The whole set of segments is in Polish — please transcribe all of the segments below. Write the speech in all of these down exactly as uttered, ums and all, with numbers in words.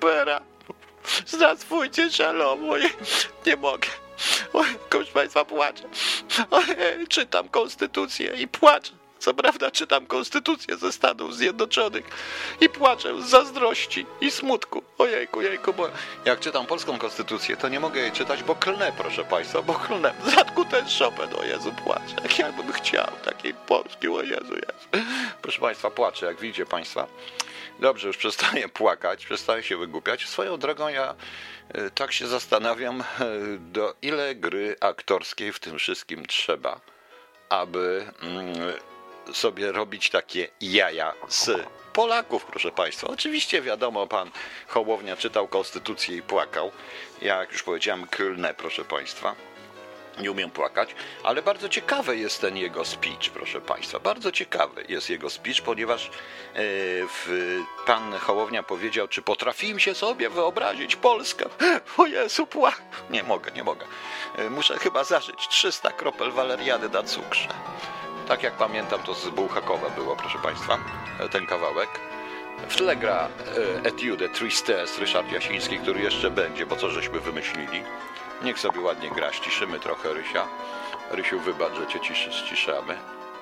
supera. Zadzwójcie szalomo, nie mogę. Oj, proszę Państwa, płaczę. Ojej, czytam konstytucję i płaczę. Co prawda czytam konstytucję ze Stanów Zjednoczonych i płaczę z zazdrości i smutku. Ojejku, jejku, bo jak czytam polską konstytucję, to nie mogę jej czytać, bo klnę, proszę Państwa, bo klnę. W dodatku ten Chopin, o Jezu, płaczę. Jak ja bym chciał takiej polskiej, o Jezu, Jezu. Proszę Państwa, płaczę, jak widzicie Państwa. Dobrze, już przestaję płakać, przestaję się wygłupiać. Swoją drogą ja y, tak się zastanawiam, y, do ile gry aktorskiej w tym wszystkim trzeba, aby y, sobie robić takie jaja z Polaków, proszę Państwa. Oczywiście wiadomo, pan Hołownia czytał konstytucję i płakał. Ja, jak już powiedziałem, klnę, proszę Państwa. Nie umiem płakać, ale bardzo ciekawy jest ten jego speech, proszę Państwa. Bardzo ciekawy jest jego speech, ponieważ e, w, pan Hołownia powiedział, czy potrafimy się sobie wyobrazić Polskę. O Jezu, płak. Nie mogę, nie mogę. E, muszę chyba zażyć trzysta kropel waleriany na cukrze. Tak jak pamiętam, to z Bułhakowa było, proszę Państwa, ten kawałek. W tle gra e, Etude Tristesse Ryszard Jasiński, który jeszcze będzie, bo co żeśmy wymyślili. Niech sobie ładnie gra, ściszymy trochę Rysia. Rysiu, wybacz, że cię ciszy, ściszamy.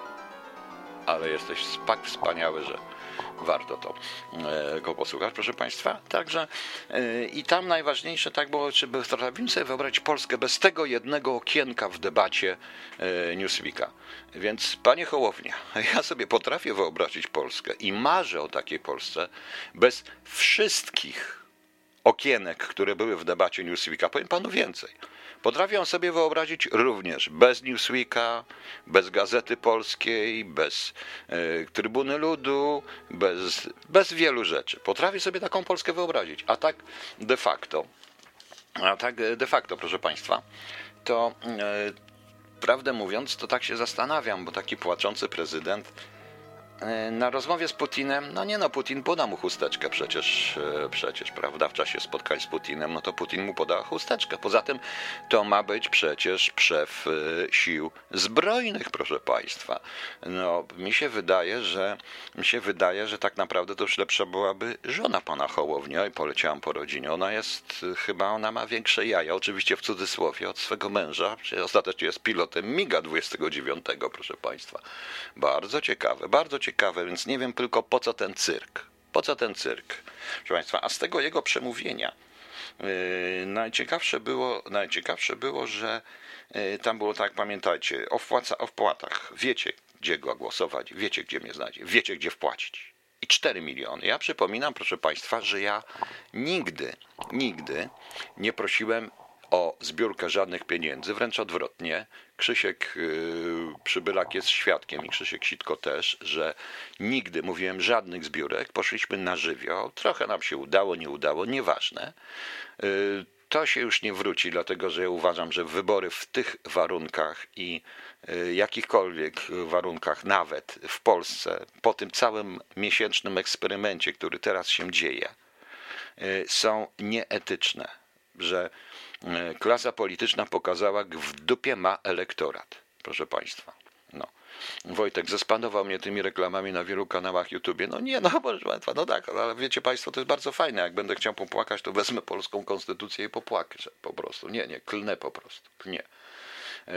Ale jesteś tak wspaniały, że warto to e, go posłuchać, proszę Państwa. Także e, i tam najważniejsze tak było, czy potrafimy sobie wyobrazić Polskę bez tego jednego okienka w debacie e, Newsweeka. Więc panie Hołownia, ja sobie potrafię wyobrazić Polskę i marzę o takiej Polsce bez wszystkich okienek, które były w debacie Newsweeka. Powiem panu więcej. Potrafię sobie wyobrazić również bez Newsweeka, bez Gazety Polskiej, bez e, Trybuny Ludu, bez, bez wielu rzeczy. Potrafię sobie taką Polskę wyobrazić. A tak de facto, a tak de facto, proszę Państwa, to e, prawdę mówiąc, to tak się zastanawiam, bo taki płaczący prezydent na rozmowie z Putinem, no nie no, Putin poda mu chusteczkę przecież, przecież, prawda, w czasie spotkań z Putinem, no to Putin mu poda chusteczkę. Poza tym to ma być przecież szef sił zbrojnych, proszę Państwa. No, mi się wydaje, że mi się wydaje, że tak naprawdę to już lepsza byłaby żona pana Hołownia i poleciałam po rodzinie. Ona jest, chyba ona ma większe jaja, oczywiście w cudzysłowie, od swego męża, ostatecznie jest pilotem miga dwudziestego dziewiątego, proszę Państwa. Bardzo ciekawe, bardzo ciekawe. Ciekawe, więc nie wiem tylko po co ten cyrk. Po co ten cyrk? Proszę Państwa, a z tego jego przemówienia yy, najciekawsze było, najciekawsze było, że yy, tam było tak, pamiętajcie, o, wpłaca, o wpłatach. Wiecie, gdzie go głosować, wiecie, gdzie mnie znajdzie, wiecie, gdzie wpłacić. I cztery miliony. Ja przypominam, proszę Państwa, że ja nigdy, nigdy nie prosiłem o zbiórkę żadnych pieniędzy, wręcz odwrotnie. Krzysiek yy, Przybylak jest świadkiem i Krzysiek Sitko też, że nigdy, mówiłem, żadnych zbiórek, poszliśmy na żywioł, trochę nam się udało, nie udało, nieważne. Yy, to się już nie wróci, dlatego że ja uważam, że wybory w tych warunkach i yy, jakichkolwiek warunkach, nawet w Polsce, po tym całym miesięcznym eksperymencie, który teraz się dzieje, yy, są nieetyczne, że klasa polityczna pokazała, jak w dupie ma elektorat, proszę Państwa. No. Wojtek zespanował mnie tymi reklamami na wielu kanałach YouTube. No nie, no proszę Państwa, no tak, ale wiecie Państwo, to jest bardzo fajne. Jak będę chciał popłakać, to wezmę polską konstytucję i popłaczę po prostu. Nie, nie, klnę po prostu. Nie. Yy.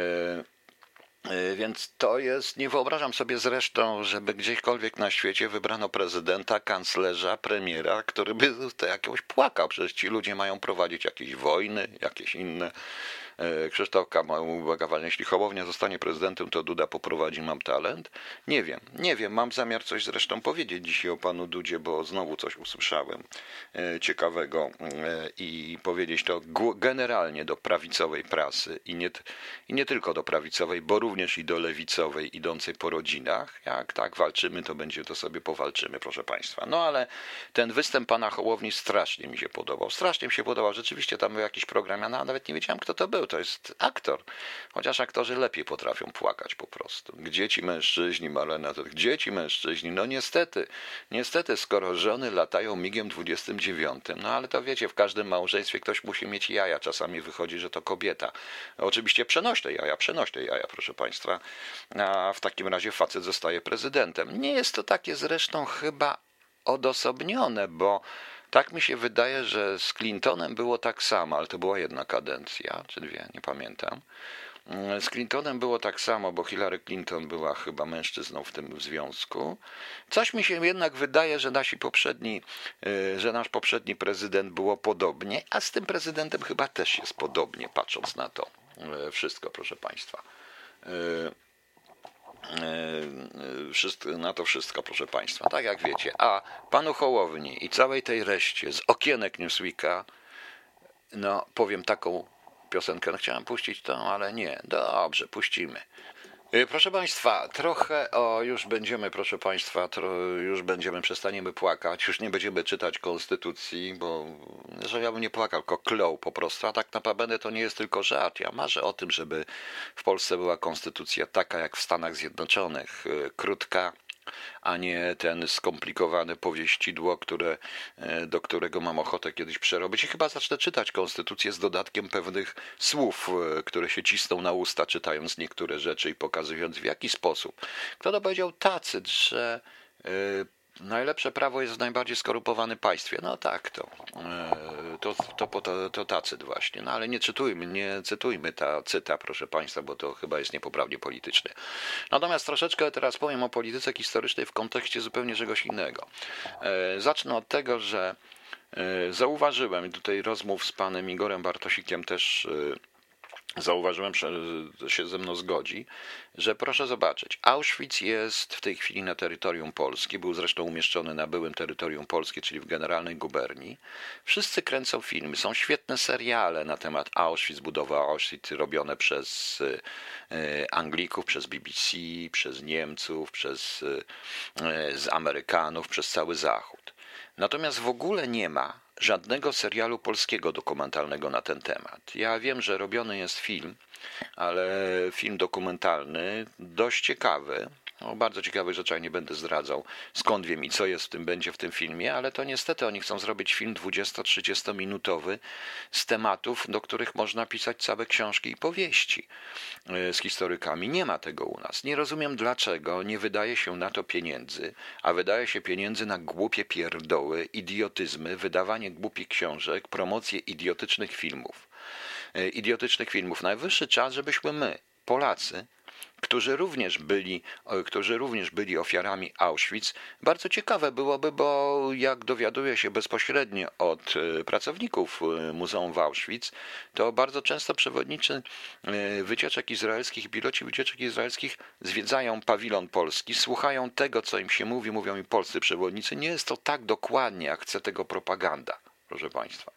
Więc to jest, nie wyobrażam sobie zresztą, żeby gdziekolwiek na świecie wybrano prezydenta, kanclerza, premiera, który by to jakoś płakał. Przecież ci ludzie mają prowadzić jakieś wojny, jakieś inne. Krzysztof Kowal, jeśli Hołownia zostanie prezydentem, to Duda poprowadzi Mam Talent. Nie wiem, nie wiem, mam zamiar coś zresztą powiedzieć dzisiaj o panu Dudzie, bo znowu coś usłyszałem ciekawego i powiedzieć to generalnie do prawicowej prasy i nie, i nie tylko do prawicowej, bo również i do lewicowej idącej po rodzinach. Jak tak walczymy, to będzie to sobie powalczymy, proszę Państwa. No ale ten występ pana Hołowni strasznie mi się podobał. Strasznie mi się podobał. Rzeczywiście tam był jakiś program, ja nawet nie wiedziałem, kto to był. To jest aktor. Chociaż aktorzy lepiej potrafią płakać po prostu. Gdzie ci mężczyźni, Marlena, to gdzie ci mężczyźni? No niestety, niestety, skoro żony latają migiem dwudziestym dziewiątym, no ale to wiecie, w każdym małżeństwie ktoś musi mieć jaja. Czasami wychodzi, że to kobieta. Oczywiście przenośne jaja, przenośne jaja, proszę Państwa. A w takim razie facet zostaje prezydentem. Nie jest to takie zresztą chyba odosobnione, bo Tak mi się wydaje, że z Clintonem było tak samo, ale to była jedna kadencja, czy dwie, nie pamiętam. Z Clintonem było tak samo, bo Hillary Clinton była chyba mężczyzną w tym związku. Coś mi się jednak wydaje, że nasi poprzedni, że nasz poprzedni prezydent było podobnie, a z tym prezydentem chyba też jest podobnie, patrząc na to wszystko, proszę Państwa. Na to wszystko, proszę Państwa, tak jak wiecie. A panu Hołowni i całej tej reszcie z okienek Newsweeka, no powiem taką piosenkę, no chciałem puścić tą, ale nie. Dobrze, puścimy. Proszę Państwa, trochę, o już będziemy, proszę Państwa, tro, już będziemy, przestaniemy płakać, już nie będziemy czytać konstytucji, bo że ja bym nie płakał, tylko klął po prostu, a tak naprawdę to nie jest tylko żart. Ja marzę o tym, żeby w Polsce była konstytucja taka jak w Stanach Zjednoczonych, krótka, a nie ten skomplikowane powieścidło, które, do którego mam ochotę kiedyś przerobić. I chyba zacznę czytać konstytucję z dodatkiem pewnych słów, które się cisną na usta, czytając niektóre rzeczy i pokazując w jaki sposób. Kto to powiedział? Tacyt, że yy, najlepsze prawo jest w najbardziej skorumpowanym państwie. No tak, to, yy, to, to, to, to Tacyt właśnie. No ale nie cytujmy, nie cytujmy Tacyta, proszę Państwa, bo to chyba jest niepoprawnie polityczne. Natomiast troszeczkę teraz powiem o polityce historycznej w kontekście zupełnie czegoś innego. Yy, zacznę od tego, że yy, zauważyłem, i tutaj rozmów z panem Igorem Bartosikiem też yy, zauważyłem, że się ze mną zgodzi, że proszę zobaczyć, Auschwitz jest w tej chwili na terytorium Polski, był zresztą umieszczony na byłym terytorium Polski, czyli w Generalnej Guberni. Wszyscy kręcą filmy, są świetne seriale na temat Auschwitz, budowy Auschwitz robione przez Anglików, przez B B C, przez Niemców, przez z Amerykanów, przez cały Zachód. Natomiast w ogóle nie ma żadnego serialu polskiego dokumentalnego na ten temat. Ja wiem, że robiony jest film, ale film dokumentalny, dość ciekawy. O bardzo ciekawych rzeczach nie będę zdradzał, skąd wiem i co jest w tym, będzie w tym filmie, ale to niestety oni chcą zrobić film dwudziesto-trzydziestominutowy z tematów, do których można pisać całe książki i powieści z historykami. Nie ma tego u nas. Nie rozumiem, dlaczego nie wydaje się na to pieniędzy, a wydaje się pieniędzy na głupie pierdoły, idiotyzmy, wydawanie głupich książek, promocję idiotycznych filmów. Idiotycznych filmów. Najwyższy czas, żebyśmy my, Polacy, którzy również byli, którzy również byli ofiarami Auschwitz. Bardzo ciekawe byłoby, bo jak dowiaduję się bezpośrednio od pracowników Muzeum w Auschwitz, to bardzo często przewodnicy wycieczek izraelskich, piloci wycieczek izraelskich zwiedzają pawilon polski, słuchają tego, co im się mówi, mówią mi polscy przewodnicy. Nie jest to tak dokładnie, jak chce tego propaganda, proszę Państwa.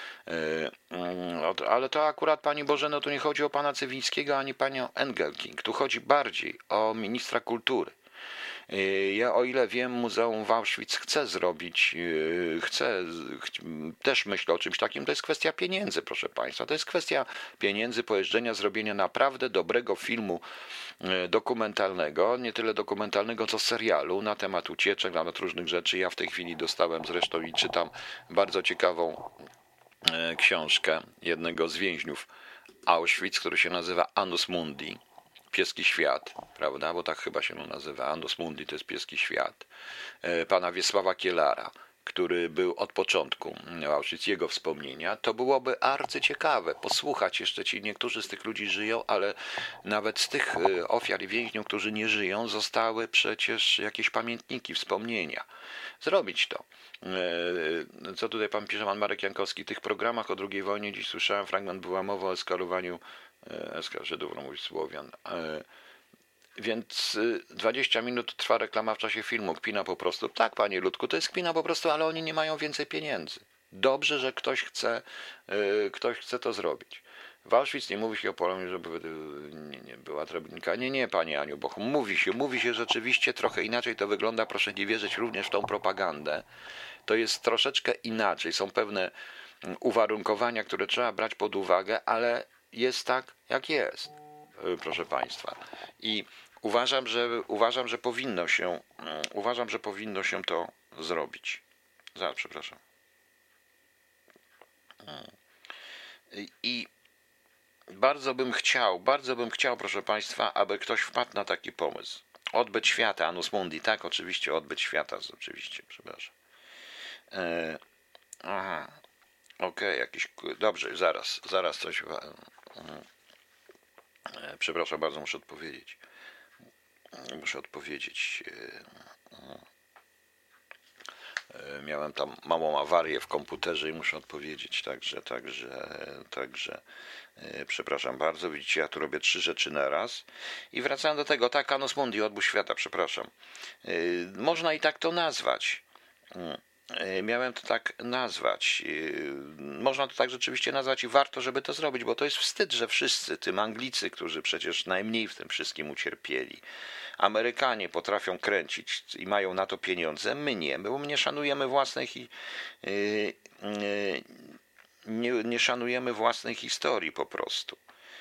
Ale to akurat, Pani Bożeno, tu nie chodzi o pana Cywińskiego ani panią Engelking. Tu chodzi bardziej o ministra kultury. Ja, o ile wiem, Muzeum w Auschwitz chce zrobić, chce, też myślę o czymś takim, to jest kwestia pieniędzy, proszę Państwa. To jest kwestia pieniędzy, pojeżdżenia, zrobienia naprawdę dobrego filmu dokumentalnego, nie tyle dokumentalnego, co serialu na temat ucieczek, na temat różnych rzeczy. Ja w tej chwili dostałem zresztą i czytam bardzo ciekawą książkę jednego z więźniów Auschwitz, który się nazywa Annus Mundi, Pieski Świat, prawda, bo tak chyba się nazywa, Annus Mundi to jest Pieski Świat, pana Wiesława Kielara, który był od początku Auschwitz, jego wspomnienia. To byłoby arcyciekawe posłuchać, jeszcze ci niektórzy z tych ludzi żyją, ale nawet z tych ofiar i więźniów, którzy nie żyją, zostały przecież jakieś pamiętniki, wspomnienia. Zrobić to. Co tutaj pan pisze, pan Marek Jankowski, w tych programach o drugiej wojnie dziś słyszałem fragment, była mowa o eskalowaniu Żydów, Romów, Słowian. Więc dwadzieścia minut trwa reklama w czasie filmu, kpina po prostu. Tak, panie Ludku, to jest kpina po prostu, ale oni nie mają więcej pieniędzy. Dobrze, że ktoś chce, ktoś chce to zrobić. W Auschwitz nie mówi się o Polonii, żeby nie, nie była drabinka. Nie, nie, panie Aniu Bochum, mówi się, mówi się rzeczywiście trochę inaczej to wygląda, proszę nie wierzyć również w tą propagandę. To jest troszeczkę inaczej, są pewne uwarunkowania, które trzeba brać pod uwagę, ale jest tak, jak jest, proszę państwa. I uważam, że uważam, że powinno się, uważam, że powinno się to zrobić. Zaraz, przepraszam. I bardzo bym chciał, bardzo bym chciał, proszę państwa, aby ktoś wpadł na taki pomysł. Odbyt świata, Annus Mundi, tak, oczywiście, odbyt świata, oczywiście, przepraszam. Aha, okej, okay, jakiś... Dobrze, zaraz, zaraz coś... Przepraszam bardzo, muszę odpowiedzieć. Muszę odpowiedzieć. Miałem tam małą awarię w komputerze i muszę odpowiedzieć, także, także, także, przepraszam bardzo, widzicie, ja tu robię trzy rzeczy na raz. I wracając do tego, tak, Annus Mundi, odbój świata, przepraszam. Można i tak to nazwać. Miałem to tak nazwać. Można to tak rzeczywiście nazwać i warto, żeby to zrobić, bo to jest wstyd, że wszyscy, tym Anglicy, którzy przecież najmniej w tym wszystkim ucierpieli, Amerykanie potrafią kręcić i mają na to pieniądze, my nie, bo my nie szanujemy własnej hi, nie, nie szanujemy własnej historii po prostu.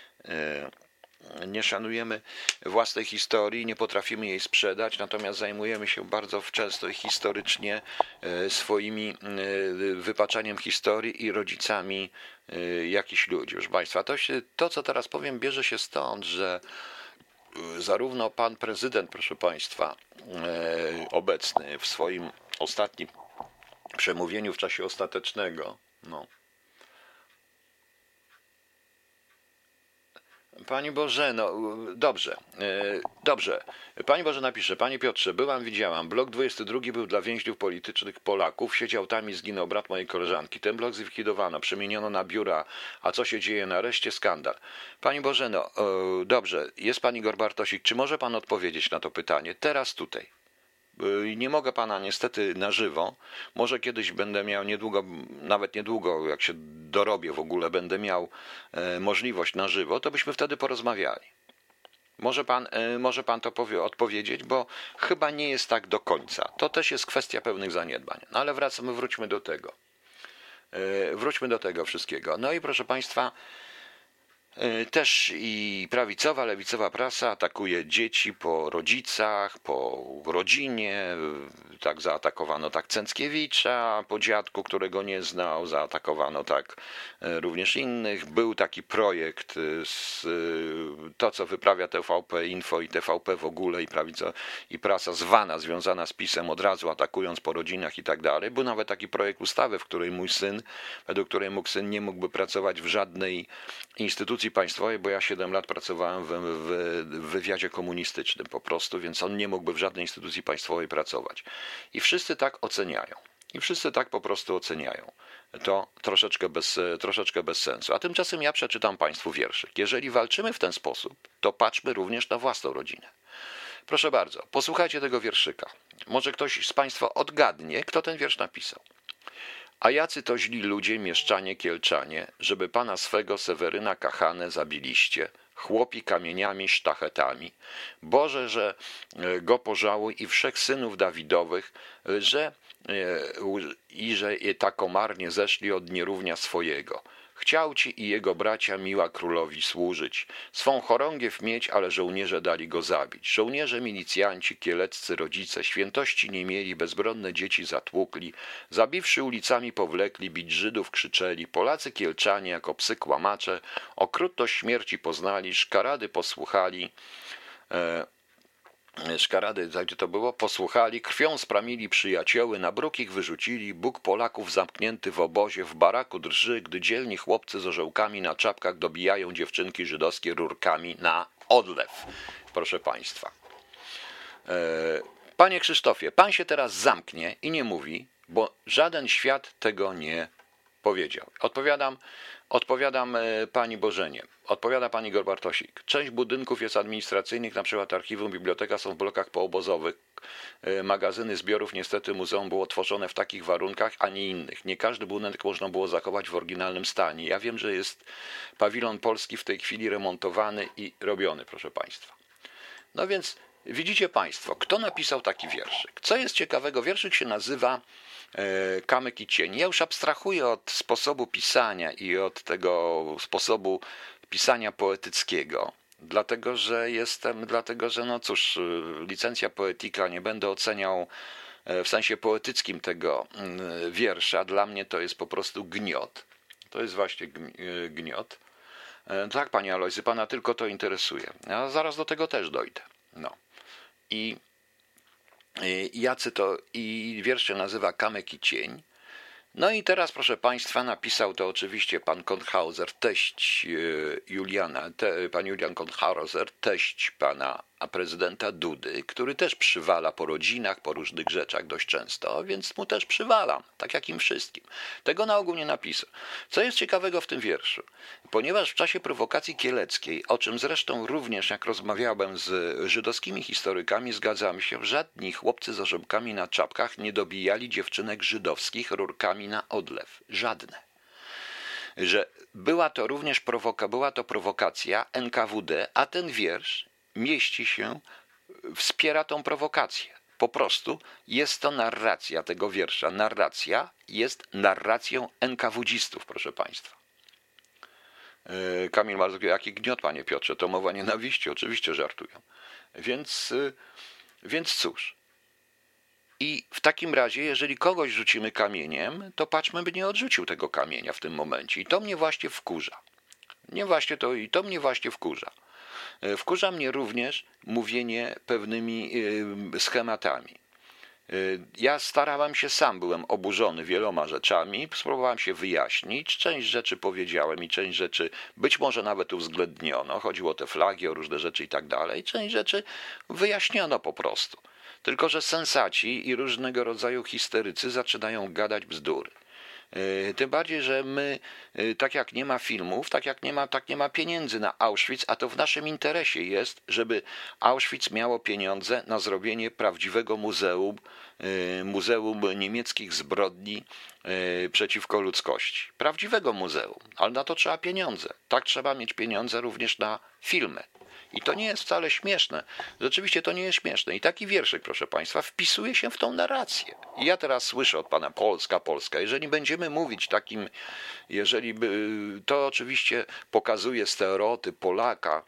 Nie szanujemy własnej historii, nie potrafimy jej sprzedać, natomiast zajmujemy się bardzo często historycznie swoimi wypaczaniem historii i rodzicami jakichś ludzi. Proszę Państwa, to, się, to co teraz powiem, bierze się stąd, że zarówno pan prezydent, proszę Państwa, obecny w swoim ostatnim przemówieniu w czasie ostatecznego, no, Pani Bożeno, dobrze, dobrze. Pani Bożena napisze, Panie Piotrze, byłam, widziałam, blok dwudziesty drugi był dla więźniów politycznych Polaków, siedział tam i zginął brat mojej koleżanki. Ten blok zlikwidowano, przemieniono na biura, a co się dzieje nareszcie? Skandal. Pani Bożeno, dobrze, jest Pani Igor Bartosik, czy może Pan odpowiedzieć na to pytanie? Teraz tutaj. Nie mogę Pana niestety na żywo, może kiedyś będę miał niedługo, nawet niedługo, jak się dorobię w ogóle, będę miał możliwość na żywo, to byśmy wtedy porozmawiali. Może Pan, może pan to powie, odpowiedzieć, bo chyba nie jest tak do końca. To też jest kwestia pewnych zaniedbań. No ale wracamy, wróćmy do tego. Wróćmy do tego wszystkiego. No i proszę Państwa, też i prawicowa, lewicowa prasa atakuje dzieci po rodzicach, po rodzinie. Tak zaatakowano tak Cęckiewicza, po dziadku, którego nie znał, zaatakowano tak również innych. Był taki projekt, z, to co wyprawia T V P Info i T V P w ogóle i prawica i prasa zwana, związana z PiS-em od razu atakując po rodzinach i tak dalej. Był nawet taki projekt ustawy, w której mój syn, według której mój syn nie mógłby pracować w żadnej instytucji państwowej, bo ja siedem lat pracowałem w, w, w wywiadzie komunistycznym po prostu, więc on nie mógłby w żadnej instytucji państwowej pracować. I wszyscy tak oceniają. I wszyscy tak po prostu oceniają. To troszeczkę bez, troszeczkę bez sensu. A tymczasem ja przeczytam Państwu wierszyk. Jeżeli walczymy w ten sposób, to patrzmy również na własną rodzinę. Proszę bardzo, posłuchajcie tego wierszyka. Może ktoś z Państwa odgadnie, kto ten wiersz napisał. A jacy to źli ludzie, mieszczanie, kielczanie, żeby pana swego Seweryna Kachanę zabiliście, chłopi kamieniami, sztachetami. Boże, że go pożałuj i wszech synów Dawidowych, że i że je takomarnie zeszli od nierównia swojego. Chciał ci i jego bracia miła królowi służyć, swą chorągiew mieć, ale żołnierze dali go zabić. Żołnierze, milicjanci, kieleccy rodzice, świętości nie mieli, bezbronne dzieci zatłukli, zabiwszy ulicami powlekli, bić Żydów krzyczeli, Polacy kielczanie jako psy kłamacze, okrutność śmierci poznali, szkarady posłuchali, e, Szkarady, gdzie to było, posłuchali, krwią spramili przyjacioły, na bruk ich wyrzucili, Bóg Polaków zamknięty w obozie, w baraku drży, gdy dzielni chłopcy z orzełkami na czapkach dobijają dziewczynki żydowskie rurkami na odlew. Proszę Państwa. Panie Krzysztofie, Pan się teraz zamknie i nie mówi, bo żaden świat tego nie powiedział. Odpowiadam, odpowiadam Pani Bożenie. Odpowiada Pani Igor Bartosik. Część budynków jest administracyjnych, na przykład archiwum, biblioteka są w blokach poobozowych. Magazyny zbiorów, niestety muzeum było tworzone w takich warunkach, a nie innych. Nie każdy budynek można było zachować w oryginalnym stanie. Ja wiem, że jest pawilon polski w tej chwili remontowany i robiony, proszę Państwa. No więc widzicie Państwo, kto napisał taki wierszyk? Co jest ciekawego, wierszyk się nazywa Kamyk i cień. Ja już abstrahuję od sposobu pisania i od tego sposobu pisania poetyckiego, dlatego że jestem, dlatego że no cóż, licencja poetyka, nie będę oceniał w sensie poetyckim tego wiersza, dla mnie to jest po prostu gniot. To jest właśnie gniot. Tak, Panie Alojzy, Pana tylko to interesuje. Ja zaraz do tego też dojdę. No. I Jacy to, i wiersz się nazywa Kamyk i cień. No i teraz, proszę Państwa, napisał to oczywiście pan Kornhauser, teść Juliana, te, pan Julian Kornhauser, teść pana prezydenta Dudy, który też przywala po rodzinach, po różnych rzeczach dość często, więc mu też przywalam, tak jak im wszystkim. Tego na ogół nie napisał. Co jest ciekawego w tym wierszu? Ponieważ w czasie prowokacji kieleckiej, o czym zresztą również jak rozmawiałem z żydowskimi historykami, zgadzam się, żadni chłopcy z orzełkami na czapkach nie dobijali dziewczynek żydowskich rurkami na odlew. Żadne. Że była to również prowoka, była to prowokacja N K W D, a ten wiersz mieści się, wspiera tą prowokację. Po prostu jest to narracja tego wiersza. Narracja jest narracją en ka wu dzistów, proszę Państwa. Kamil Marzuk, jaki gniot, panie Piotrze, to mowa nienawiści, oczywiście żartują. Więc, więc cóż. I w takim razie, jeżeli kogoś rzucimy kamieniem, to patrzmy, by nie odrzucił tego kamienia w tym momencie. I to mnie właśnie wkurza. Nie właśnie to, i to mnie właśnie wkurza. Wkurza mnie również mówienie pewnymi schematami. Ja starałem się, sam byłem oburzony wieloma rzeczami, spróbowałem się wyjaśnić, część rzeczy powiedziałem i część rzeczy być może nawet uwzględniono, chodziło o te flagi, o różne rzeczy i tak dalej, część rzeczy wyjaśniono po prostu. Tylko że sensaci i różnego rodzaju histerycy zaczynają gadać bzdury. Tym bardziej, że my, tak jak nie ma filmów, tak jak nie ma, tak nie ma pieniędzy na Auschwitz, a to w naszym interesie jest, żeby Auschwitz miało pieniądze na zrobienie prawdziwego muzeum, muzeum niemieckich zbrodni przeciwko ludzkości. Prawdziwego muzeum, ale na to trzeba pieniądze. Tak trzeba mieć pieniądze również na filmy. I to nie jest wcale śmieszne. Rzeczywiście to nie jest śmieszne. I taki wierszyk, proszę Państwa, wpisuje się w tą narrację. I ja teraz słyszę od pana Polska, Polska. Jeżeli będziemy mówić takim, jeżeli by, to oczywiście pokazuje stereotyp Polaka,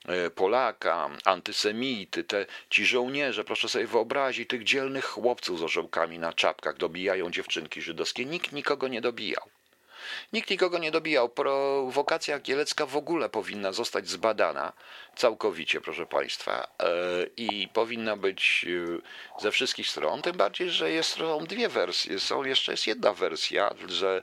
Polaka, antysemity, te, ci żołnierze, proszę sobie wyobrazić, tych dzielnych chłopców z orzełkami na czapkach dobijają dziewczynki żydowskie. Nikt nikogo nie dobijał. Nikt nikogo nie dobijał. Prowokacja kielecka w ogóle powinna zostać zbadana całkowicie, proszę Państwa, i powinna być ze wszystkich stron, tym bardziej, że jest, są dwie wersje, są, jeszcze jest jedna wersja, że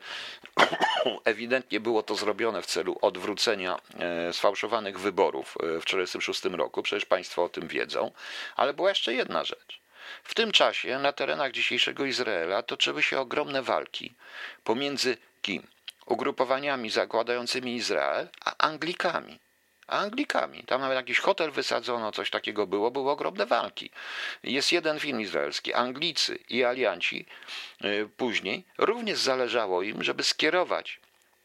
ewidentnie było to zrobione w celu odwrócenia sfałszowanych wyborów w tysiąc dziewięćset czterdziestym szóstym roku, przecież Państwo o tym wiedzą, ale była jeszcze jedna rzecz. W tym czasie na terenach dzisiejszego Izraela toczyły się ogromne walki pomiędzy kim? Ugrupowaniami zakładającymi Izrael, a Anglikami. A Anglikami. Tam nawet jakiś hotel wysadzono, coś takiego było, były ogromne walki. Jest jeden film izraelski. Anglicy i alianci y, później również zależało im, żeby skierować,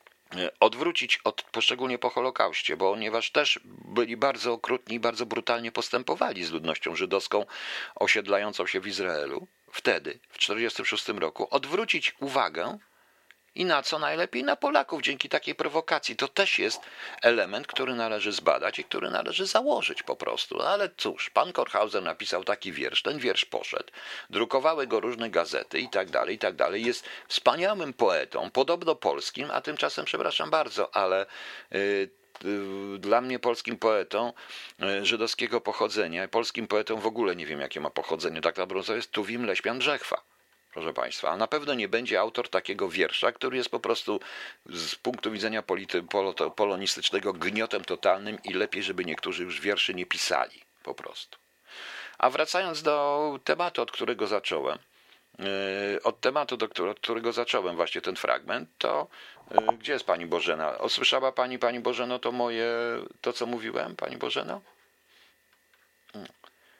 y, odwrócić od, poszczególnie po Holokauście, bo ponieważ też byli bardzo okrutni i bardzo brutalnie postępowali z ludnością żydowską osiedlającą się w Izraelu, wtedy, w tysiąc dziewięćset czterdziestym szóstym roku, odwrócić uwagę i na co najlepiej? Na Polaków dzięki takiej prowokacji. To też jest element, który należy zbadać i który należy założyć po prostu. Ale cóż, pan Kornhauser napisał taki wiersz, ten wiersz poszedł, drukowały go różne gazety i tak dalej, i tak dalej. Jest wspaniałym poetą, podobno polskim, a tymczasem, przepraszam bardzo, ale yy, yy, dla mnie polskim poetą yy, żydowskiego pochodzenia, polskim poetą w ogóle nie wiem jakie ma pochodzenie, tak naprawdę jest Tuwim Leśmian Brzechwa. Proszę Państwa, a na pewno nie będzie autor takiego wiersza, który jest po prostu z punktu widzenia polity, polo, polonistycznego gniotem totalnym i lepiej, żeby niektórzy już wierszy nie pisali po prostu. A wracając do tematu, od którego zacząłem, yy, od tematu, do którego, od którego zacząłem właśnie ten fragment, to yy, gdzie jest Pani Bożena? Osłyszała Pani, Pani Bożeno, to moje, to co mówiłem, Pani Bożeno? Hmm.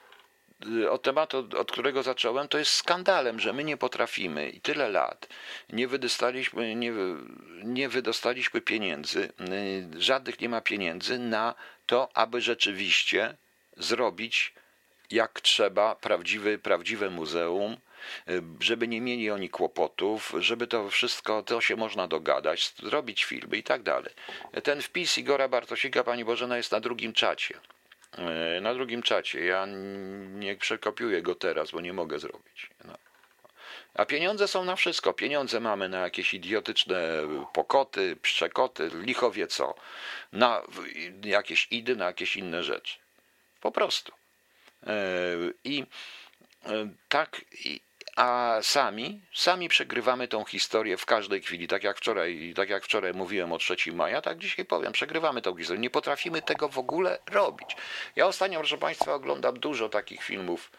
Od tematu, od którego zacząłem, to jest skandalem, że my nie potrafimy i tyle lat nie wydostaliśmy, nie, nie wydostaliśmy pieniędzy, żadnych nie ma pieniędzy na to, aby rzeczywiście zrobić jak trzeba prawdziwy, prawdziwe muzeum, żeby nie mieli oni kłopotów, żeby to wszystko, to się można dogadać, zrobić filmy i tak dalej. Ten wpis Igora Bartosika, Pani Bożena, jest na drugim czacie. Na drugim czacie. Ja nie przekopiuję go teraz, bo nie mogę zrobić. No. A pieniądze są na wszystko. Pieniądze mamy na jakieś idiotyczne pokoty, pszczekoty, licho wie co. Na jakieś idy, na jakieś inne rzeczy. Po prostu. I tak... a sami, sami przegrywamy tą historię w każdej chwili, tak jak wczoraj, tak jak wczoraj mówiłem o trzeciego maja, tak dzisiaj powiem, przegrywamy tą historię. Nie potrafimy tego w ogóle robić. Ja ostatnio, proszę Państwa, oglądam dużo takich filmów,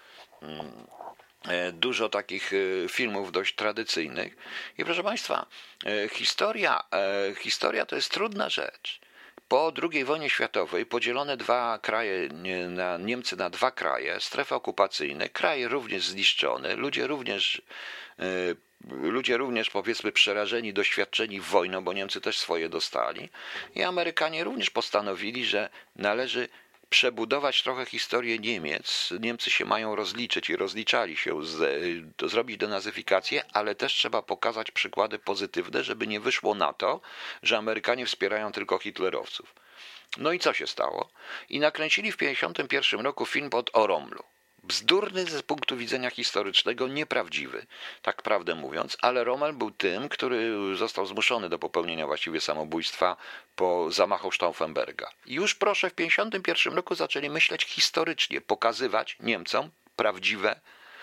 dużo takich filmów dość tradycyjnych i proszę Państwa, historia, historia to jest trudna rzecz. Po drugiej wojnie światowej podzielone dwa kraje, na Niemcy na dwa kraje, strefy okupacyjne, kraje również zniszczone, ludzie również, ludzie również powiedzmy przerażeni, doświadczeni wojną, bo Niemcy też swoje dostali i Amerykanie również postanowili, że należy przebudować trochę historię Niemiec. Niemcy się mają rozliczyć i rozliczali się, z, to zrobić denazyfikację, ale też trzeba pokazać przykłady pozytywne, żeby nie wyszło na to, że Amerykanie wspierają tylko hitlerowców. No i co się stało? I nakręcili w tysiąc dziewięćset pięćdziesiątym pierwszym roku film pod o Rommlu. Bzdurny z punktu widzenia historycznego, nieprawdziwy, tak prawdę mówiąc, ale Rommel był tym, który został zmuszony do popełnienia właściwie samobójstwa po zamachu Stauffenberga. I już proszę, w tysiąc dziewięćset pięćdziesiątym pierwszym roku zaczęli myśleć historycznie, pokazywać Niemcom prawdziwe,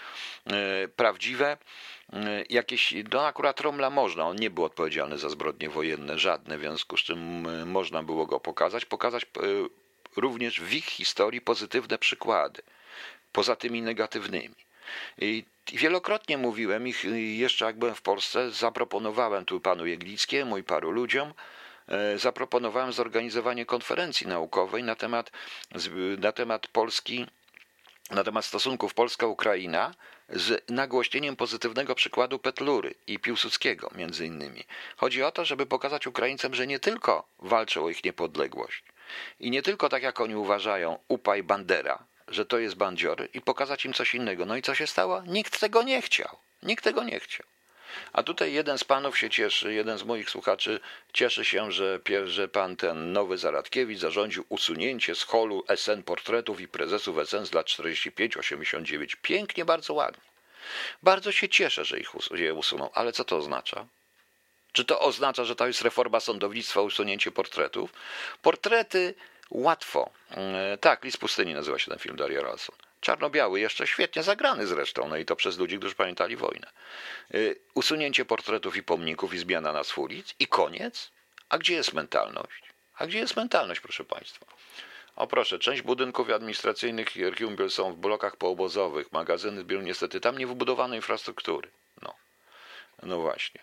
yy, prawdziwe yy, jakieś, no akurat Rommla można, on nie był odpowiedzialny za zbrodnie wojenne, żadne, w związku z czym yy, można było go pokazać, pokazać yy, również w ich historii pozytywne przykłady. Poza tymi negatywnymi. I wielokrotnie mówiłem, ich jeszcze jak byłem w Polsce, zaproponowałem tu panu Jeglickiemu i paru ludziom, zaproponowałem zorganizowanie konferencji naukowej na temat, na temat Polski, na temat stosunków Polska-Ukraina z nagłośnieniem pozytywnego przykładu Petlury i Piłsudskiego między innymi. Chodzi o to, żeby pokazać Ukraińcom, że nie tylko walczą o ich niepodległość i nie tylko tak jak oni uważają Upa i Bandera, że to jest bandziory i pokazać im coś innego. No i co się stało? Nikt tego nie chciał. Nikt tego nie chciał. A tutaj jeden z panów się cieszy, jeden z moich słuchaczy cieszy się, że, że pan ten nowy Zaradkiewicz zarządził usunięcie z holu S N portretów i prezesów S N z lat czterdzieści pięć osiemdziesiąt dziewięć. Pięknie, bardzo ładnie. Bardzo się cieszę, że ich je usunął. Ale co to oznacza? Czy to oznacza, że to jest reforma sądownictwa, usunięcie portretów? Portrety łatwo. Tak, List Pustyni nazywa się ten film, Daria Ralston. Czarno-biały, jeszcze świetnie zagrany zresztą, no i to przez ludzi, którzy pamiętali wojnę. Usunięcie portretów i pomników i zmiana nazw ulic i koniec? A gdzie jest mentalność? A gdzie jest mentalność, proszę Państwa? O proszę, część budynków administracyjnych Hierarchium są w blokach poobozowych, magazyny zbioru, niestety tam nie wybudowano infrastruktury. No, no właśnie.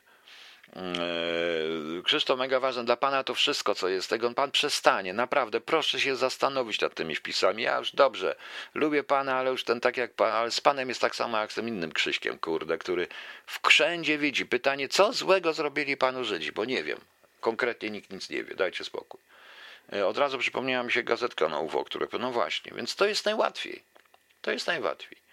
Krzysztof, mega ważne dla pana to wszystko, co jest tego, pan przestanie, naprawdę, proszę się zastanowić nad tymi wpisami. Ja już dobrze, lubię pana, ale już ten tak jak pan, ale z panem jest tak samo jak z tym innym Krzyśkiem, kurde, który wszędzie widzi. Pytanie, co złego zrobili panu Żydzi, bo nie wiem, konkretnie nikt nic nie wie, dajcie spokój. Od razu przypomniała mi się gazetka na U W O, która, no właśnie, więc to jest najłatwiej, to jest najłatwiej.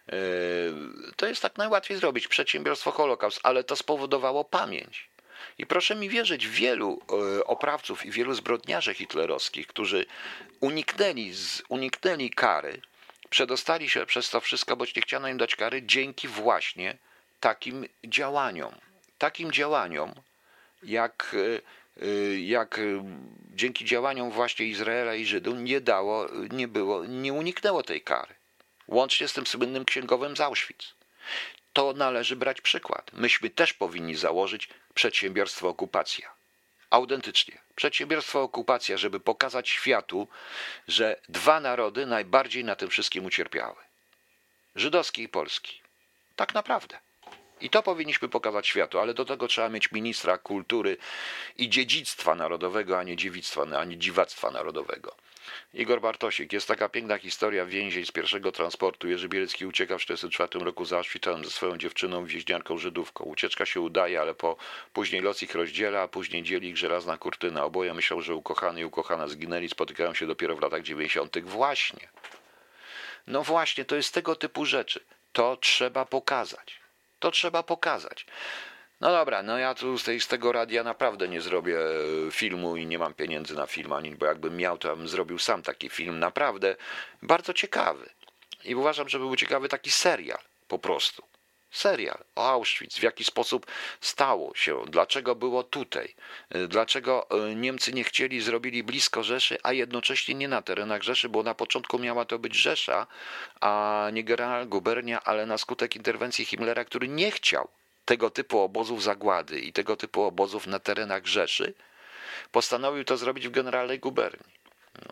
To jest tak najłatwiej zrobić, przedsiębiorstwo Holokaust, ale to spowodowało pamięć. I proszę mi wierzyć, wielu oprawców i wielu zbrodniarzy hitlerowskich, którzy uniknęli, uniknęli kary, przedostali się przez to wszystko, bo nie chciano im dać kary dzięki właśnie takim działaniom. Takim działaniom, jak, jak dzięki działaniom właśnie Izraela i Żydów nie dało, nie było, nie uniknęło tej kary. Łącznie z tym słynnym księgowym z Auschwitz. To należy brać przykład. Myśmy też powinni założyć przedsiębiorstwo Okupacja. Autentycznie. Przedsiębiorstwo Okupacja, żeby pokazać światu, że dwa narody najbardziej na tym wszystkim ucierpiały. Żydowski i polski. Tak naprawdę. I to powinniśmy pokazać światu, ale do tego trzeba mieć ministra kultury i dziedzictwa narodowego, a nie dziewictwa, a nie dziwactwa narodowego. Igor Bartosik. Jest taka piękna historia więzień z pierwszego transportu. Jerzy Bielecki ucieka w tysiąc dziewięćset czterdziestym czwartym roku za Auschwitzem ze swoją dziewczyną, wieźniarką Żydówką. Ucieczka się udaje, ale po później los ich rozdziela, a później dzieli ich żelazna kurtyna. Oboje myślą, że ukochany i ukochana zginęli, spotykają się dopiero w latach dziewięćdziesiątych. Właśnie. No właśnie, to jest tego typu rzeczy. To trzeba pokazać. To trzeba pokazać. No dobra, no ja tu z, tej, z tego radia naprawdę nie zrobię filmu i nie mam pieniędzy na film, ani, bo jakbym miał, to bym zrobił sam taki film, naprawdę bardzo ciekawy. I uważam, że był ciekawy taki serial, po prostu. Serial o Auschwitz, w jaki sposób stało się, dlaczego było tutaj, dlaczego Niemcy nie chcieli, zrobili blisko Rzeszy, a jednocześnie nie na terenach Rzeszy, bo na początku miała to być Rzesza, a nie generalna gubernia, ale na skutek interwencji Himmlera, który nie chciał tego typu obozów zagłady i tego typu obozów na terenach Rzeszy, postanowił to zrobić w generalnej guberni. No.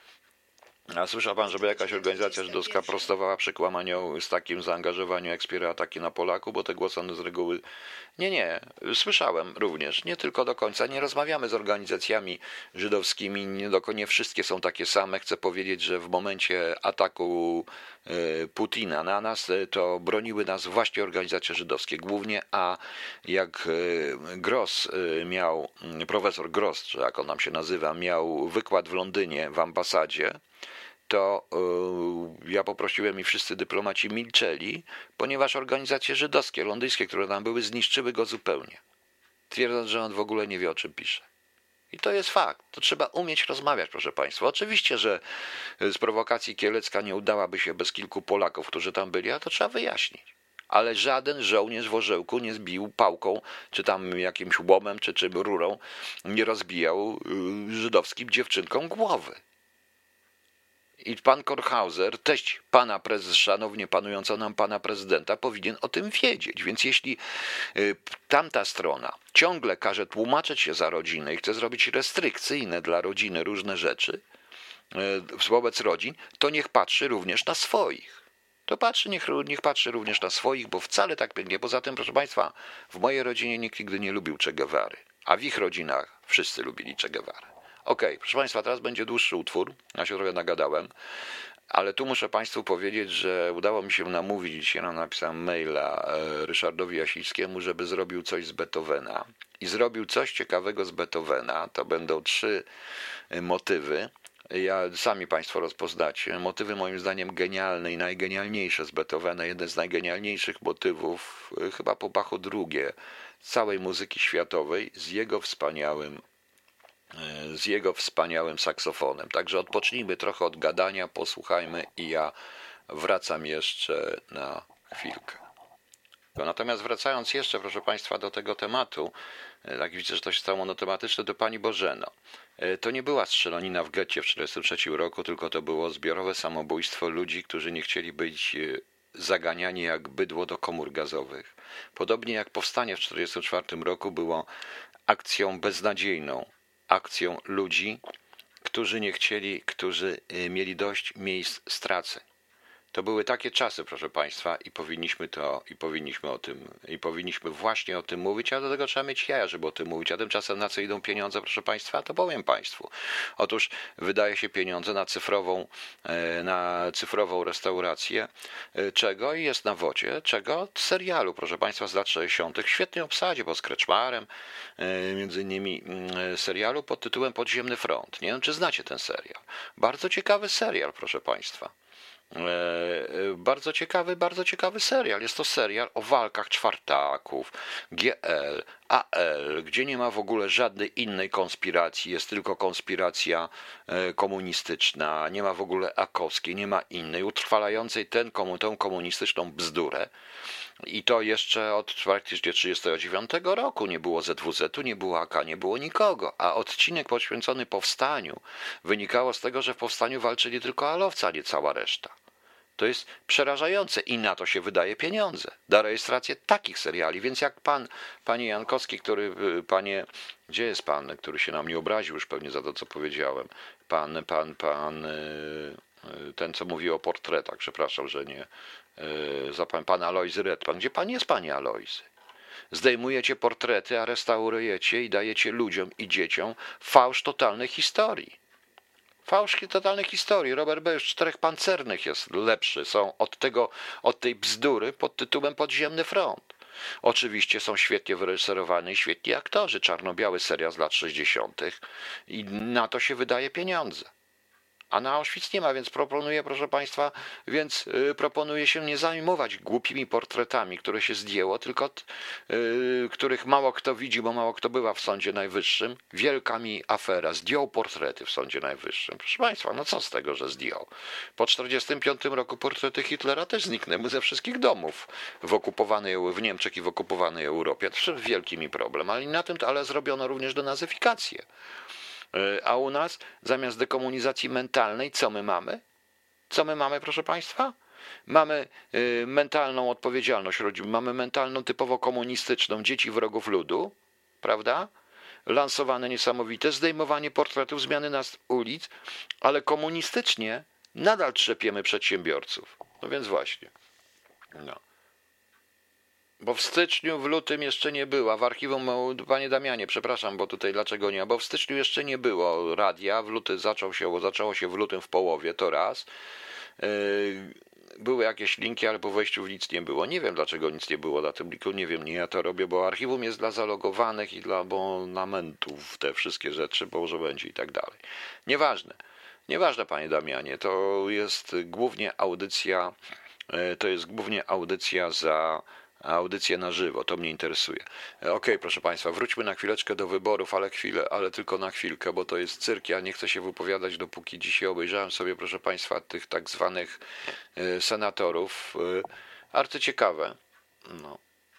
A słyszał pan, żeby jakaś organizacja żydowska prostowała przy kłamaniu z takim zaangażowaniem jak wspiera ataki na Polaków, bo te głosy one z reguły... Nie, nie, słyszałem również, nie tylko do końca, nie rozmawiamy z organizacjami żydowskimi, nie, do, nie wszystkie są takie same. Chcę powiedzieć, że w momencie ataku y, Putina na nas, y, to broniły nas właśnie organizacje żydowskie głównie, a jak y, Gross y, miał, y, profesor Gross, czy jak on nam się nazywa, miał wykład w Londynie w ambasadzie, to yy, ja poprosiłem i wszyscy dyplomaci milczeli, ponieważ organizacje żydowskie, londyńskie, które tam były, zniszczyły go zupełnie, twierdząc, że on w ogóle nie wie, o czym pisze. I to jest fakt. To trzeba umieć rozmawiać, proszę państwa. Oczywiście, że z prowokacji Kielecka nie udałaby się bez kilku Polaków, którzy tam byli, a to trzeba wyjaśnić. Ale żaden żołnierz w orzełku nie zbił pałką, czy tam jakimś łomem, czy czym rurą, nie rozbijał yy, żydowskim dziewczynkom głowy. I pan Kornhauser, teść pana prezes, szanownie panująca nam pana prezydenta, powinien o tym wiedzieć. Więc jeśli y, tamta strona ciągle każe tłumaczyć się za rodzinę i chce zrobić restrykcyjne dla rodziny różne rzeczy y, wobec rodzin, to niech patrzy również na swoich. To patrzy, niech, niech patrzy również na swoich, bo wcale tak pięknie. Poza tym, proszę państwa, w mojej rodzinie nikt nigdy nie lubił Che Guevary, a w ich rodzinach wszyscy lubili Che Guevary. Okej, okay, proszę państwa, teraz będzie dłuższy utwór, ja się trochę nagadałem, ale tu muszę państwu powiedzieć, że udało mi się namówić, dzisiaj rano napisałem maila Ryszardowi Jasińskiemu, żeby zrobił coś z Beethovena. I zrobił coś ciekawego z Beethovena, to będą trzy motywy, ja, sami państwo rozpoznacie, motywy moim zdaniem genialne i najgenialniejsze z Beethovena, jeden z najgenialniejszych motywów, chyba po Bachu drugie, całej muzyki światowej z jego wspaniałym z jego wspaniałym saksofonem. Także odpocznijmy trochę od gadania, posłuchajmy i ja wracam jeszcze na chwilkę. Natomiast wracając jeszcze, proszę państwa, do tego tematu, tak widzę, że to się stało monotematyczne, do pani Bożeno. To nie była strzelanina w getcie w tysiąc dziewięćset czterdziestym trzecim roku, tylko to było zbiorowe samobójstwo ludzi, którzy nie chcieli być zaganiani jak bydło do komór gazowych. Podobnie jak powstanie w tysiąc dziewięćset czterdziestym czwartym roku było akcją beznadziejną, akcją ludzi, którzy nie chcieli, którzy mieli dość miejsc straceń. To były takie czasy, proszę państwa, i powinniśmy to, i powinniśmy o tym, i powinniśmy właśnie o tym mówić, a do tego trzeba mieć jaja, żeby o tym mówić. A tymczasem na co idą pieniądze, proszę państwa, to powiem państwu. Otóż wydaje się pieniądze na cyfrową, na cyfrową restaurację. Czego? I jest na wodzie. Czego? Serialu, proszę państwa, z lat sześćdziesiątych. W świetnej obsadzie, bo z Kreczmarem, między innymi serialu pod tytułem Podziemny Front. Nie wiem, czy znacie ten serial. Bardzo ciekawy serial, proszę państwa. Bardzo ciekawy, bardzo ciekawy serial. Jest to serial o walkach czwartaków, G L, A L, gdzie nie ma w ogóle żadnej innej konspiracji, jest tylko konspiracja komunistyczna, nie ma w ogóle akowskiej, nie ma innej, utrwalającej ten, tę komunistyczną bzdurę. I to jeszcze od praktycznie tysiąc dziewięćset trzydziestego dziewiątego roku nie było Z W Z-u, nie było A K, nie było nikogo. A odcinek poświęcony powstaniu wynikało z tego, że w powstaniu walczyli tylko alowcy, a nie cała reszta. To jest przerażające i na to się wydaje pieniądze, na rejestrację takich seriali. Więc jak pan, panie Jankowski, który, panie, gdzie jest pan, który się na mnie obraził już pewnie za to, co powiedziałem, pan, pan, pan, ten, co mówi o portretach, przepraszam, że nie, za pan, pan Alojzy Redpan. Gdzie pan jest, panie Alojzy? Zdejmujecie portrety, a restaurujecie i dajecie ludziom i dzieciom fałsz totalnej historii. Fałsz totalnej historii. Robert B. już Czterech Pancernych jest lepszy. Są od tego, od tej bzdury pod tytułem Podziemny Front. Oczywiście są świetnie wyreżyserowani i świetni aktorzy. Czarno-biały serial z lat sześćdziesiątych. I na to się wydaje pieniądze. a na Auschwitz nie ma, więc proponuję, proszę Państwa, więc y, proponuje się nie zajmować głupimi portretami, które się zdjęło, tylko y, których mało kto widzi, bo mało kto bywa w Sądzie Najwyższym. Wielka mi afera, zdjął portrety w Sądzie Najwyższym. Proszę Państwa, no co z tego, że zdjął? Po czterdziestym piątym roku portrety Hitlera też zniknęły ze wszystkich domów w okupowanej, w Niemczech i w okupowanej Europie. To jest wielki mi problem, ale na tym, ale zrobiono również denazyfikację. A u nas zamiast dekomunizacji mentalnej, co my mamy? Co my mamy, proszę Państwa? Mamy y, mentalną odpowiedzialność rodzin, mamy mentalną typowo komunistyczną, dzieci wrogów ludu, prawda? Lansowane niesamowite, zdejmowanie portretów, zmiany nas ulic, ale komunistycznie nadal trzepiemy przedsiębiorców. No więc właśnie. No. Bo w styczniu, w lutym jeszcze nie było, w archiwum, panie Damianie, przepraszam, bo tutaj dlaczego nie, bo w styczniu jeszcze nie było radia, w lutym zaczął się, zaczęło się w lutym w połowie, to raz. Yy, były jakieś linki, ale po wejściu w nic nie było. Nie wiem, dlaczego nic nie było na tym linku, nie wiem, nie ja to robię, bo archiwum jest dla zalogowanych i dla abonamentów, te wszystkie rzeczy, bo może będzie i tak dalej. Nieważne, nieważne, panie Damianie, to jest głównie audycja, yy, to jest głównie audycja za audycję na żywo, to mnie interesuje. Okej, okay, proszę Państwa, wróćmy na chwileczkę do wyborów, ale chwilę, ale tylko na chwilkę, bo to jest cyrk, ja nie chcę się wypowiadać, dopóki dzisiaj obejrzałem sobie, proszę Państwa, tych tak zwanych senatorów. Arcyciekawe. No.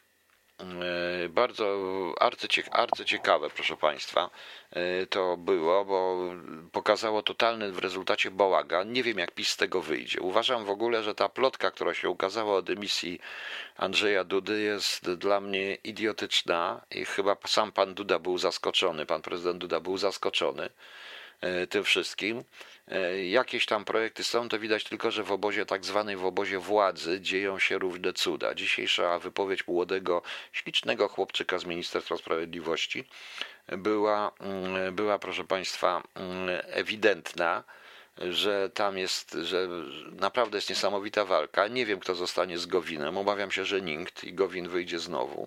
Bardzo arcyciekawe, proszę Państwa, to było, bo pokazało totalny w rezultacie bałagan. Nie wiem, jak PiS z tego wyjdzie. Uważam w ogóle, że ta plotka, która się ukazała o dymisji Andrzeja Dudy, jest dla mnie idiotyczna i chyba sam pan Duda był zaskoczony, pan prezydent Duda był zaskoczony tym wszystkim. Jakieś tam projekty są, to widać tylko, że w obozie tak zwanej w obozie władzy dzieją się różne cuda. Dzisiejsza wypowiedź młodego, ślicznego chłopczyka z Ministerstwa Sprawiedliwości była, była proszę Państwa, ewidentna, że tam jest, że naprawdę jest niesamowita walka. Nie wiem, kto zostanie z Gowinem. Obawiam się, że nikt i Gowin wyjdzie znowu.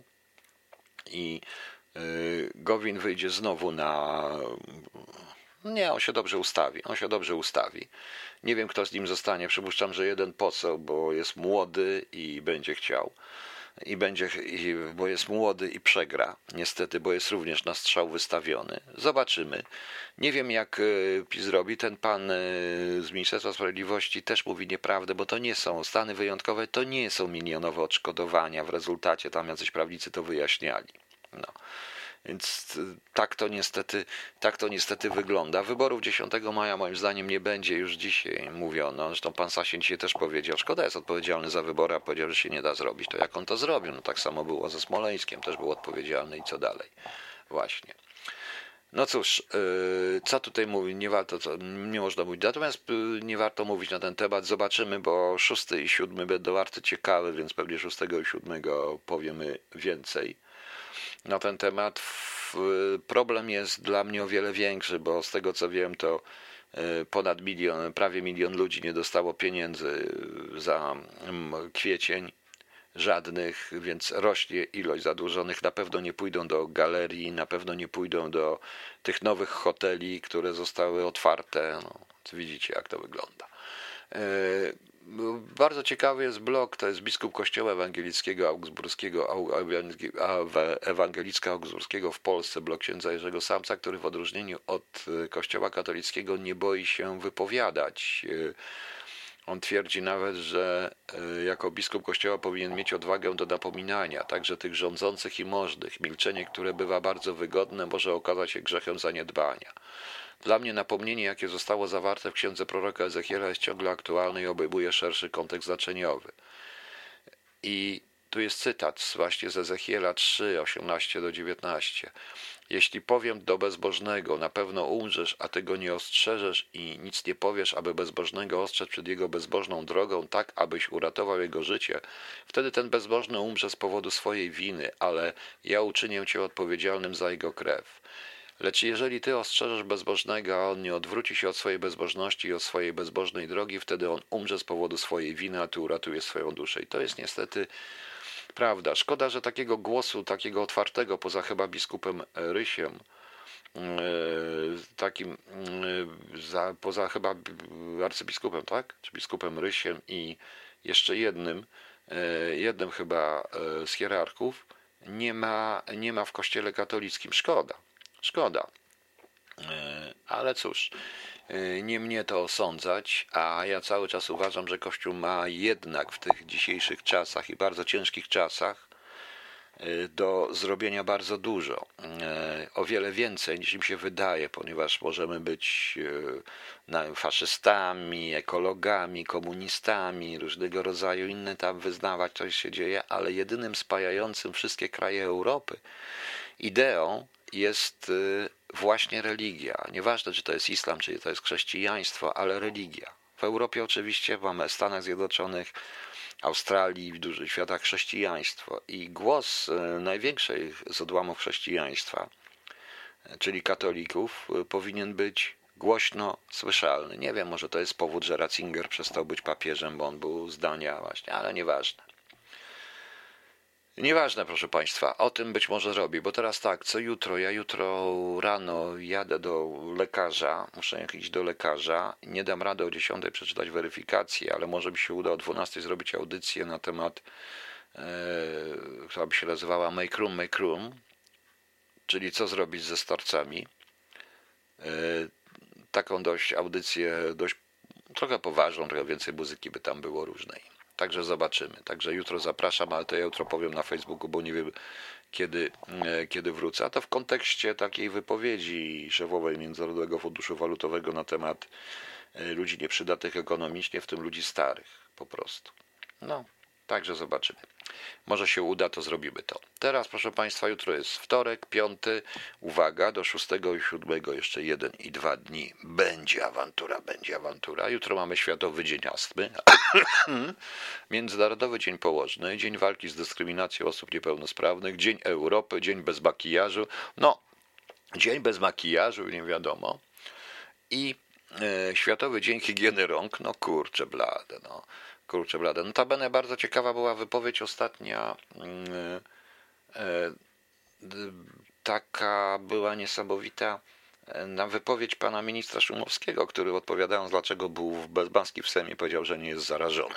I Gowin wyjdzie znowu na... Nie, on się dobrze ustawi, on się dobrze ustawi. Nie wiem, kto z nim zostanie. Przypuszczam, że jeden poseł, bo jest młody i będzie chciał. I będzie, i, bo jest młody i przegra. Niestety, bo jest również na strzał wystawiony. Zobaczymy. Nie wiem, jak PiS zrobi. Ten pan z Ministerstwa Sprawiedliwości też mówi nieprawdę, bo to nie są stany wyjątkowe, to nie są milionowe odszkodowania. W rezultacie tam jacyś prawnicy to wyjaśniali. No. Więc tak to niestety, tak to niestety wygląda. Wyborów dziesiątego maja moim zdaniem nie będzie, już dzisiaj mówiono. Zresztą pan Sasin dzisiaj też powiedział, Szkoda jest odpowiedzialny za wybory, a powiedział, że się nie da zrobić. To jak on to zrobił? No tak samo było ze Smoleńskiem, też był odpowiedzialny i co dalej? Właśnie. No cóż, co tutaj mówić, nie warto, nie można mówić, natomiast nie warto mówić na ten temat, zobaczymy, bo szósty i siódmy będą arcyciekawe, więc pewnie szóstego i siódmego powiemy więcej na ten temat. Problem jest dla mnie o wiele większy, bo z tego co wiem, to ponad milion, prawie milion ludzi nie dostało pieniędzy za kwiecień, żadnych, więc rośnie ilość zadłużonych. Na pewno nie pójdą do galerii, na pewno nie pójdą do tych nowych hoteli, które zostały otwarte. No, widzicie, jak to wygląda. Bardzo ciekawy jest blog, to jest biskup Kościoła Ewangelickiego Augsburskiego, Ewangelicka Augsburskiego w Polsce, blog księdza Jerzego Samca, który w odróżnieniu od Kościoła katolickiego nie boi się wypowiadać. On twierdzi nawet, że jako biskup Kościoła powinien mieć odwagę do napominania, także tych rządzących i możnych. Milczenie, które bywa bardzo wygodne, może okazać się grzechem zaniedbania. Dla mnie napomnienie, jakie zostało zawarte w księdze proroka Ezechiela, jest ciągle aktualne i obejmuje szerszy kontekst znaczeniowy. I tu jest cytat właśnie z Ezechiela trzy, osiemnaście do dziewiętnaście. Jeśli powiem do bezbożnego, na pewno umrzesz, a ty go nie ostrzeżesz i nic nie powiesz, aby bezbożnego ostrzec przed jego bezbożną drogą, tak abyś uratował jego życie, wtedy ten bezbożny umrze z powodu swojej winy, ale ja uczynię cię odpowiedzialnym za jego krew. Lecz jeżeli ty ostrzeżesz bezbożnego, a on nie odwróci się od swojej bezbożności i od swojej bezbożnej drogi, wtedy on umrze z powodu swojej winy, a ty uratujesz swoją duszę. I to jest niestety prawda. Szkoda, że takiego głosu, takiego otwartego, poza chyba biskupem Rysiem, takim za, poza chyba arcybiskupem, tak? Czy biskupem Rysiem i jeszcze jednym, jednym chyba z hierarchów, nie ma, nie ma w kościele katolickim. Szkoda, szkoda. Ale cóż, nie mnie to osądzać, a ja cały czas uważam, że Kościół ma jednak w tych dzisiejszych czasach i bardzo ciężkich czasach do zrobienia bardzo dużo, o wiele więcej niż im się wydaje, ponieważ możemy być faszystami, ekologami, komunistami, różnego rodzaju inne tam wyznawać, coś się dzieje, ale jedynym spajającym wszystkie kraje Europy ideą jest właśnie religia. Nieważne, czy to jest islam, czy to jest chrześcijaństwo, ale religia. W Europie oczywiście mamy Stanach Zjednoczonych, Australii, w dużych światach chrześcijaństwo i głos największej z odłamów chrześcijaństwa, czyli katolików, powinien być głośno słyszalny. Nie wiem, może to jest powód, że Ratzinger przestał być papieżem, bo on był zdania właśnie, ale nieważne. Nieważne, proszę Państwa, o tym być może robi, bo teraz tak, co jutro? Ja jutro rano jadę do lekarza, muszę iść do lekarza, nie dam rady o dziesiątej przeczytać weryfikację, ale może mi się uda o dwunastej zrobić audycję na temat, e, która by się nazywała Make Room, Make Room, czyli co zrobić ze starcami. E, taką dość audycję, dość trochę poważną, trochę więcej muzyki by tam było różnej. Także zobaczymy. Także jutro zapraszam, ale to ja jutro powiem na Facebooku, bo nie wiem kiedy, kiedy wrócę. A to w kontekście takiej wypowiedzi szefowej Międzynarodowego Funduszu Walutowego na temat ludzi nieprzydatnych ekonomicznie, w tym ludzi starych po prostu. No, także zobaczymy. Może się uda, to zrobimy to. Teraz, proszę Państwa, jutro jest wtorek, piąty. Uwaga, do szóstego i siódmego jeszcze jeden i dwa dni. Będzie awantura, będzie awantura. Jutro mamy Światowy Dzień Astmy, Międzynarodowy Dzień Położny, Dzień Walki z Dyskryminacją Osób Niepełnosprawnych, Dzień Europy, Dzień Bez Makijażu. No, Dzień Bez Makijażu, nie wiadomo. I e, Światowy Dzień Higieny Rąk. No kurczę blade, no. Kurczę blade. Notabene bardzo ciekawa była wypowiedź ostatnia, taka była niesamowita, na wypowiedź pana ministra Szumowskiego, który odpowiadając dlaczego był bezmaski w Sejmie powiedział, że nie jest zarażony.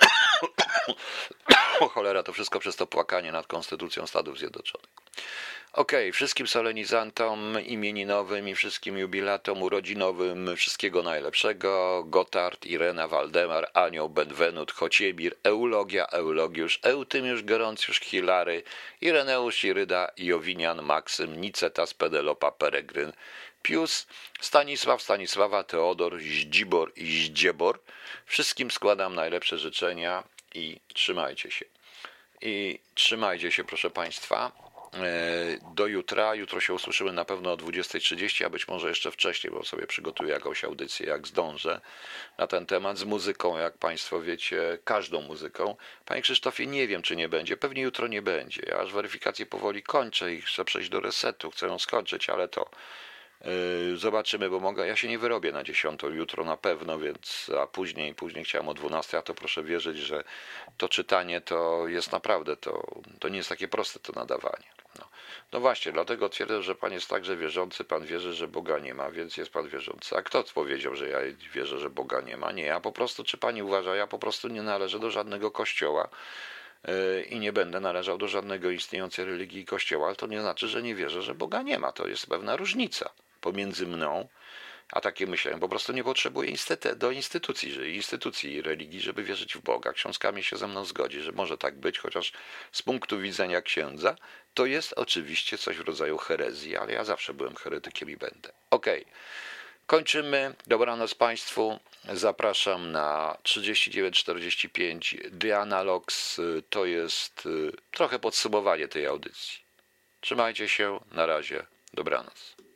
O cholera, to wszystko przez to płakanie nad Konstytucją Stanów Zjednoczonych. Okej, okay, wszystkim solenizantom imieninowym i wszystkim jubilatom urodzinowym wszystkiego najlepszego. Gotard, Irena, Waldemar, Anioł, Benwenut, Chociebir, Eulogia, Eulogiusz, Eutymiusz, Geroncjusz, Hilary, Ireneusz, Iryda, Jowinian, Maksym, Nicetas, Penelopa, Peregryn, Pius, Stanisław, Stanisława, Teodor, Zdzibor i Zdziebor. Wszystkim składam najlepsze życzenia i trzymajcie się. I trzymajcie się, proszę Państwa. Do jutra. Jutro się usłyszymy na pewno o dwudziestej trzydzieści, a być może jeszcze wcześniej, bo sobie przygotuję jakąś audycję, jak zdążę, na ten temat, z muzyką, jak Państwo wiecie, każdą muzyką. Panie Krzysztofie, nie wiem, czy nie będzie. Pewnie jutro nie będzie. Ja aż weryfikację powoli kończę i chcę przejść do resetu, chcę ją skończyć, ale to yy, zobaczymy, bo mogę, ja się nie wyrobię na dziesiątą jutro na pewno, więc, a później, później chciałem o dwunastej, a to proszę wierzyć, że to czytanie to jest naprawdę, to, to nie jest takie proste to nadawanie. No. no właśnie, dlatego twierdzę, że Pan jest także wierzący, Pan wierzy, że Boga nie ma, więc jest Pan wierzący. A kto powiedział, że ja wierzę, że Boga nie ma? Nie, ja po prostu, czy Pani uważa, ja po prostu nie należę do żadnego kościoła yy, i nie będę należał do żadnego istniejącej religii i kościoła, ale to nie znaczy, że nie wierzę, że Boga nie ma. To jest pewna różnica pomiędzy mną a takie myślałem. Po prostu nie potrzebuję instytu- do instytucji, że instytucji i religii, żeby wierzyć w Boga. Książka mi się ze mną zgodzi, że może tak być, chociaż z punktu widzenia księdza to jest oczywiście coś w rodzaju herezji, ale ja zawsze byłem heretykiem i będę. Okej, okay. Kończymy. Dobranoc Państwu. Zapraszam na trzydzieści dziewięć czterdzieści pięć The Analogs. To jest trochę podsumowanie tej audycji. Trzymajcie się. Na razie. Dobranoc.